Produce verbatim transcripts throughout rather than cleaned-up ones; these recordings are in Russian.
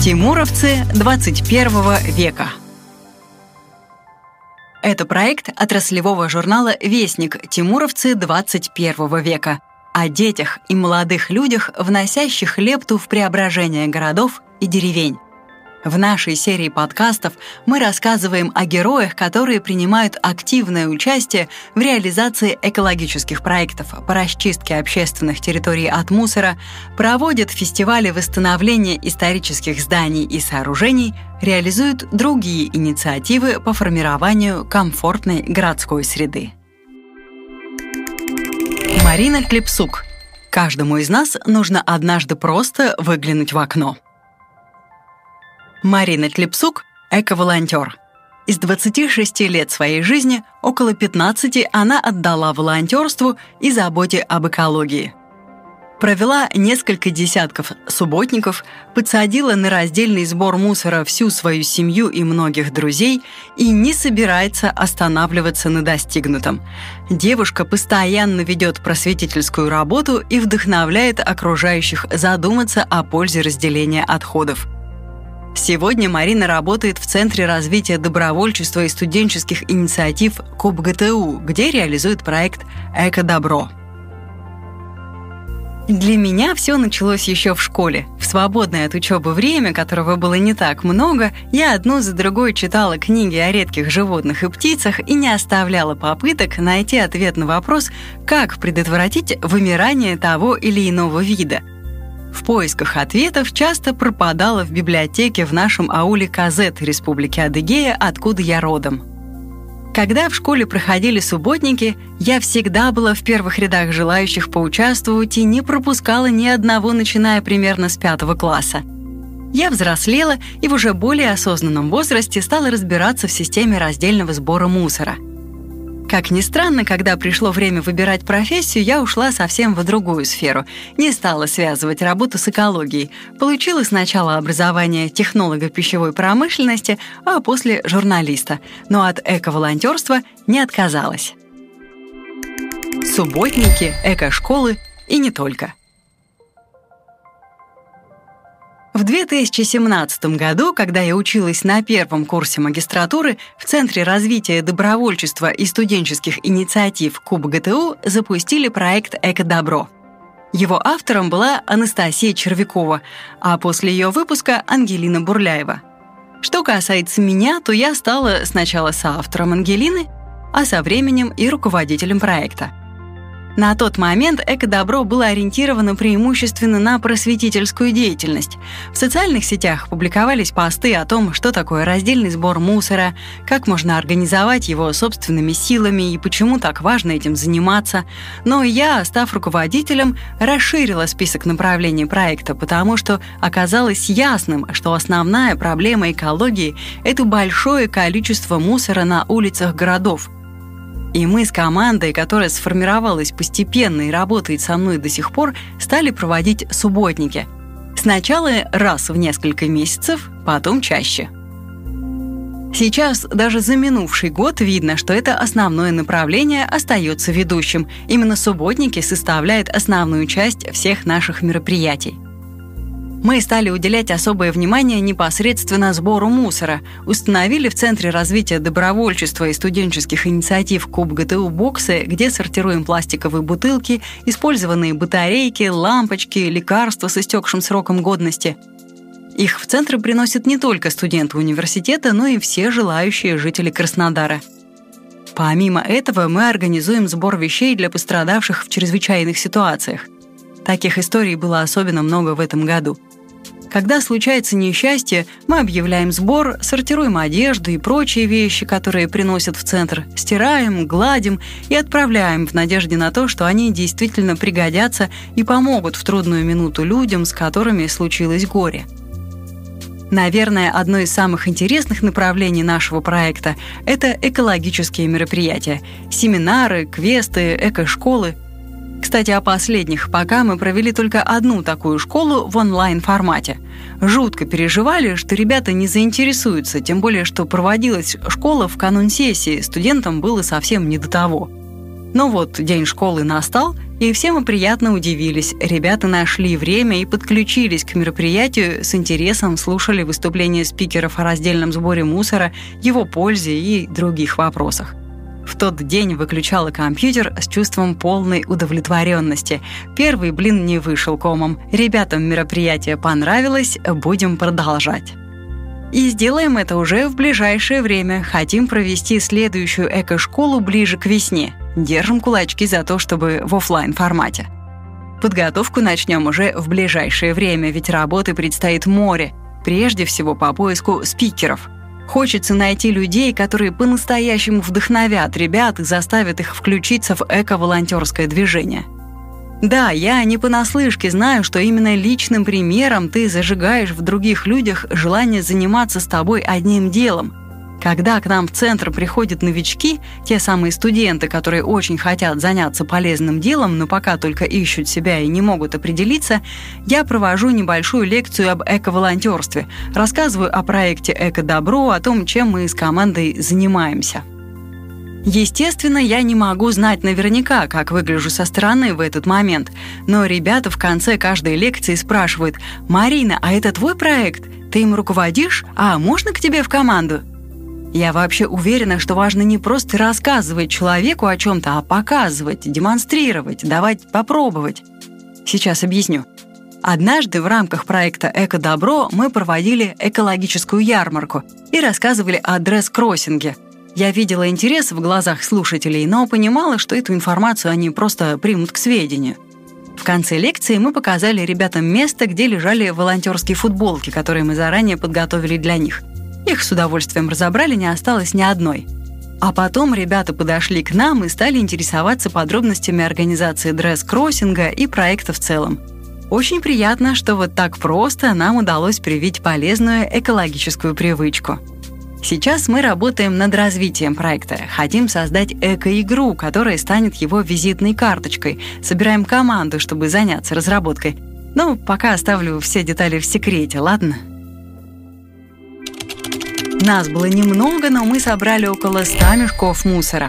Тимуровцы двадцать первого века. Это проект отраслевого журнала «Вестник. Тимуровцы двадцать первого века» о детях и молодых людях, вносящих лепту в преображение городов и деревень. В нашей серии подкастов мы рассказываем о героях, которые принимают активное участие в реализации экологических проектов по расчистке общественных территорий от мусора, проводят фестивали восстановления исторических зданий и сооружений, реализуют другие инициативы по формированию комфортной городской среды. Марина Клепсук. Каждому из нас нужно однажды просто выглянуть в окно. Марина Клепсук – эко-волонтер. Из двадцати шести лет своей жизни около пятнадцати она отдала волонтерству и заботе об экологии. Провела несколько десятков субботников, подсадила на раздельный сбор мусора всю свою семью и многих друзей и не собирается останавливаться на достигнутом. Девушка постоянно ведет просветительскую работу и вдохновляет окружающих задуматься о пользе разделения отходов. Сегодня Марина работает в Центре развития добровольчества и студенческих инициатив КубГТУ, где реализует проект «Эко-добро». Для меня все началось еще в школе. В свободное от учебы время, которого было не так много, я одну за другой читала книги о редких животных и птицах и не оставляла попыток найти ответ на вопрос, как предотвратить вымирание того или иного вида. В поисках ответов часто пропадала в библиотеке в нашем ауле Казет Республики Адыгея, откуда я родом. Когда в школе проходили субботники, я всегда была в первых рядах желающих поучаствовать и не пропускала ни одного, начиная примерно с пятого класса. Я взрослела и в уже более осознанном возрасте стала разбираться в системе раздельного сбора мусора. Как ни странно, когда пришло время выбирать профессию, я ушла совсем в другую сферу. Не стала связывать работу с экологией. Получила сначала образование технолога пищевой промышленности, а после журналиста. Но от эко-волонтерства не отказалась. Субботники, эко-школы и не только. В две тысячи семнадцатом году, когда я училась на первом курсе магистратуры, в Центре развития добровольчества и студенческих инициатив КубГТУ запустили проект «Эко-добро». Его автором была Анастасия Червякова, а после ее выпуска — Ангелина Бурляева. Что касается меня, то я стала сначала соавтором Ангелины, а со временем и руководителем проекта. На тот момент «Эко-добро» было ориентировано преимущественно на просветительскую деятельность. В социальных сетях публиковались посты о том, что такое раздельный сбор мусора, как можно организовать его собственными силами и почему так важно этим заниматься. Но я, став руководителем, расширила список направлений проекта, потому что оказалось ясным, что основная проблема экологии – это большое количество мусора на улицах городов. И мы с командой, которая сформировалась постепенно и работает со мной до сих пор, стали проводить субботники. Сначала раз в несколько месяцев, потом чаще. Сейчас даже за минувший год видно, что это основное направление остается ведущим. Именно субботники составляют основную часть всех наших мероприятий. Мы стали уделять особое внимание непосредственно сбору мусора, установили в Центре развития добровольчества и студенческих инициатив КубГТУ боксы, где сортируем пластиковые бутылки, использованные батарейки, лампочки, лекарства с истекшим сроком годности. Их в Центр приносят не только студенты университета, но и все желающие жители Краснодара. Помимо этого, мы организуем сбор вещей для пострадавших в чрезвычайных ситуациях. Таких историй было особенно много в этом году. Когда случается несчастье, мы объявляем сбор, сортируем одежду и прочие вещи, которые приносят в Центр, стираем, гладим и отправляем в надежде на то, что они действительно пригодятся и помогут в трудную минуту людям, с которыми случилось горе. Наверное, одно из самых интересных направлений нашего проекта – это экологические мероприятия – семинары, квесты, эко-школы. Кстати, о последних. Пока мы провели только одну такую школу в онлайн-формате. Жутко переживали, что ребята не заинтересуются, тем более, что проводилась школа в канун сессии, студентам было совсем не до того. Но вот день школы настал, и все мы приятно удивились. Ребята нашли время и подключились к мероприятию, с интересом слушали выступления спикеров о раздельном сборе мусора, его пользе и других вопросах. В тот день выключала компьютер с чувством полной удовлетворенности. Первый блин не вышел комом. Ребятам мероприятие понравилось, будем продолжать. И сделаем это уже в ближайшее время. Хотим провести следующую эко-школу ближе к весне. Держим кулачки за то, чтобы в офлайн формате. Подготовку начнем уже в ближайшее время, ведь работы предстоит море. Прежде всего по поиску спикеров. Хочется найти людей, которые по-настоящему вдохновят ребят и заставят их включиться в эко-волонтерское движение. Да, я не понаслышке знаю, что именно личным примером ты зажигаешь в других людях желание заниматься с тобой одним делом. Когда к нам в центр приходят новички, те самые студенты, которые очень хотят заняться полезным делом, но пока только ищут себя и не могут определиться, я провожу небольшую лекцию об эко-волонтерстве, рассказываю о проекте «Эко-добро», о том, чем мы с командой занимаемся. Естественно, я не могу знать наверняка, как выгляжу со стороны в этот момент, но ребята в конце каждой лекции спрашивают: «Марина, а это твой проект? Ты им руководишь? А можно к тебе в команду?» Я вообще уверена, что важно не просто рассказывать человеку о чем-то, а показывать, демонстрировать, давать попробовать. Сейчас объясню. Однажды в рамках проекта «Эко-добро» мы проводили экологическую ярмарку и рассказывали о дресс-кроссинге. Я видела интерес в глазах слушателей, но понимала, что эту информацию они просто примут к сведению. В конце лекции мы показали ребятам место, где лежали волонтерские футболки, которые мы заранее подготовили для них. Их с удовольствием разобрали, не осталось ни одной. А потом ребята подошли к нам и стали интересоваться подробностями организации дресс-кроссинга и проекта в целом. Очень приятно, что вот так просто нам удалось привить полезную экологическую привычку. Сейчас мы работаем над развитием проекта. Хотим создать эко-игру, которая станет его визитной карточкой. Собираем команду, чтобы заняться разработкой. Но пока оставлю все детали в секрете, ладно? Нас было немного, но мы собрали около ста мешков мусора.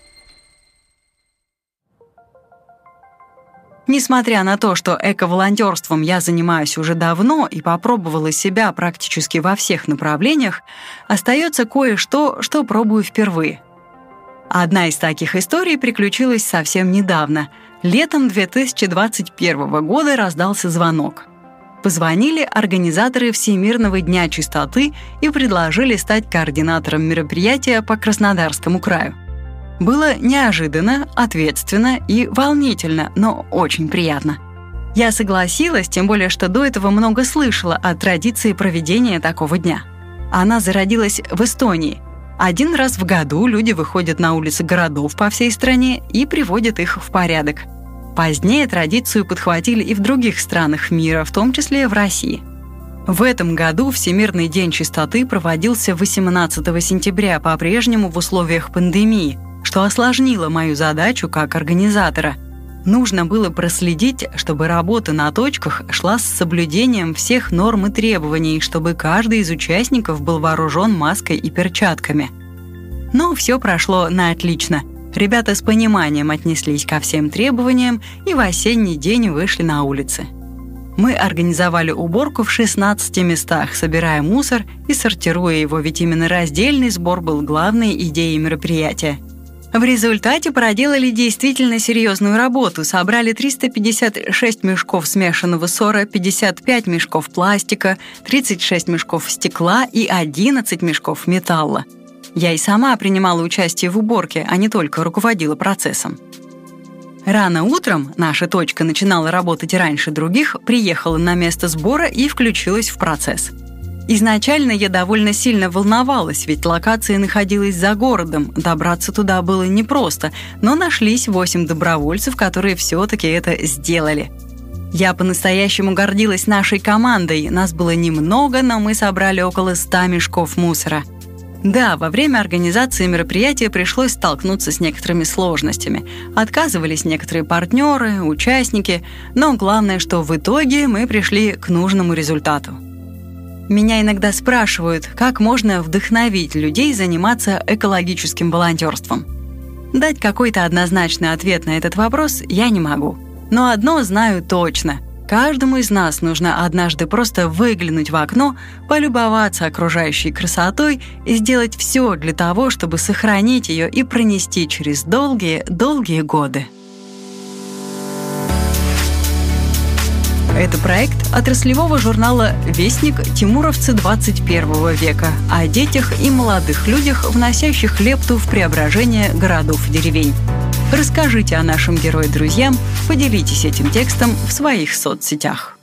Несмотря на то, что эко-волонтерством я занимаюсь уже давно и попробовала себя практически во всех направлениях, остается кое-что, что пробую впервые. Одна из таких историй приключилась совсем недавно. Летом две тысячи двадцать первого года раздался звонок. Позвонили организаторы Всемирного дня чистоты и предложили стать координатором мероприятия по Краснодарскому краю. Было неожиданно, ответственно и волнительно, но очень приятно. Я согласилась, тем более, что до этого много слышала о традиции проведения такого дня. Она зародилась в Эстонии. Один раз в году люди выходят на улицы городов по всей стране и приводят их в порядок. Позднее традицию подхватили и в других странах мира, в том числе в России. В этом году Всемирный день чистоты проводился восемнадцатого сентября, по-прежнему в условиях пандемии, что осложнило мою задачу как организатора. Нужно было проследить, чтобы работа на точках шла с соблюдением всех норм и требований, чтобы каждый из участников был вооружен маской и перчатками. Но все прошло на отлично. Ребята с пониманием отнеслись ко всем требованиям и в осенний день вышли на улицы. Мы организовали уборку в шестнадцати местах, собирая мусор и сортируя его, ведь именно раздельный сбор был главной идеей мероприятия. В результате проделали действительно серьезную работу, собрали триста пятьдесят шесть мешков смешанного ссора, пятьдесят пять мешков пластика, тридцать шесть мешков стекла и одиннадцать мешков металла. Я и сама принимала участие в уборке, а не только руководила процессом. Рано утром, наша точка начинала работать раньше других, приехала на место сбора и включилась в процесс. Изначально я довольно сильно волновалась, ведь локация находилась за городом, добраться туда было непросто, но нашлись восемь добровольцев, которые все-таки это сделали. Я по-настоящему гордилась нашей командой, нас было немного, но мы собрали около ста мешков мусора. Да, во время организации мероприятия пришлось столкнуться с некоторыми сложностями. Отказывались некоторые партнеры, участники, но главное, что в итоге мы пришли к нужному результату. Меня иногда спрашивают, как можно вдохновить людей заниматься экологическим волонтерством. Дать какой-то однозначный ответ на этот вопрос я не могу. Но одно знаю точно. Каждому из нас нужно однажды просто выглянуть в окно, полюбоваться окружающей красотой и сделать все для того, чтобы сохранить ее и пронести через долгие-долгие годы. Это проект отраслевого журнала «Вестник. Тимуровцы двадцать первого века» о детях и молодых людях, вносящих лепту в преображение городов и деревень. Расскажите о нашем герое друзьям, поделитесь этим текстом в своих соцсетях.